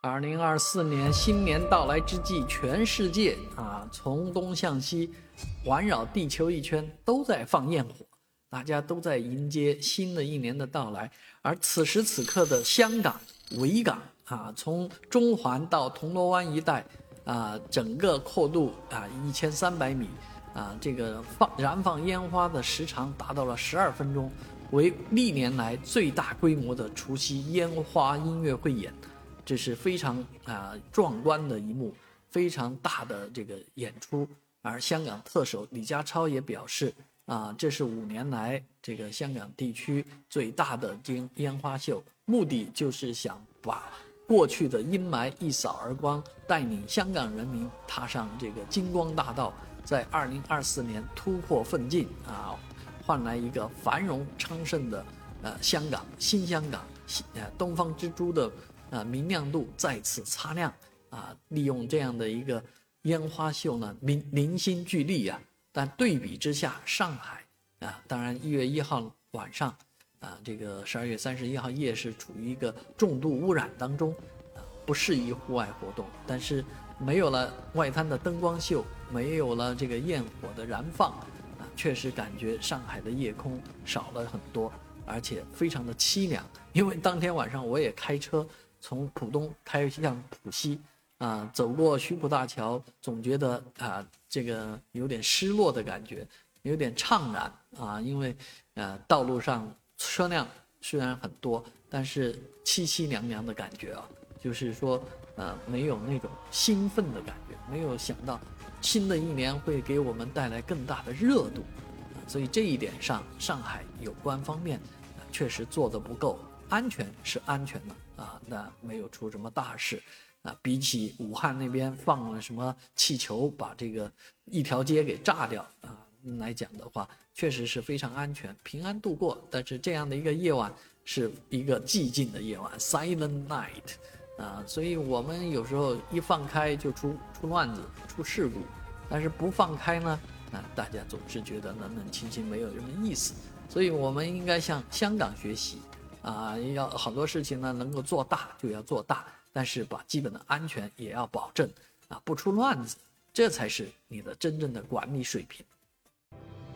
2024年新年到来之际，全世界从东向西，环绕地球一圈都在放焰火，大家都在迎接新的一年的到来。而此时此刻的香港维港从中环到铜锣湾一带整个阔度1300米这个燃放烟花的时长达到了12分钟，为历年来最大规模的除夕烟花音乐汇演。这是非常壮观的一幕，非常大的这个演出。而香港特首李家超也表示这是5年来这个香港地区最大的烟花秀，目的就是想把过去的阴霾一扫而光，带领香港人民踏上这个金光大道，在2024年突破奋进换来一个繁荣昌盛的香港，新香港，东方之珠的明亮度再次擦亮利用这样的一个烟花秀呢，零星聚力但对比之下，上海当然1月1号晚上这个12月31号夜是处于一个重度污染当中不适宜户外活动。但是没有了外滩的灯光秀，没有了这个焰火的燃放确实感觉上海的夜空少了很多，而且非常的凄凉。因为当天晚上我也开车从浦东开向浦西走过徐浦大桥，总觉得这个有点失落的感觉，有点怅然因为道路上车辆虽然很多，但是凄凄凉凉的感觉就是说没有那种兴奋的感觉，没有想到新的一年会给我们带来更大的热度所以这一点上，上海有关方面确实做得不够。安全是安全的那没有出什么大事比起武汉那边放了什么气球把这个一条街给炸掉来讲的话，确实是非常安全，平安度过。但是这样的一个夜晚是一个寂静的夜晚 ，silent night所以我们有时候一放开就出乱子、出事故，但是不放开呢大家总是觉得冷冷清清，没有什么意思。所以我们应该向香港学习要好多事情呢能够做大就要做大，但是把基本的安全也要保证不出乱子，这才是你的真正的管理水平。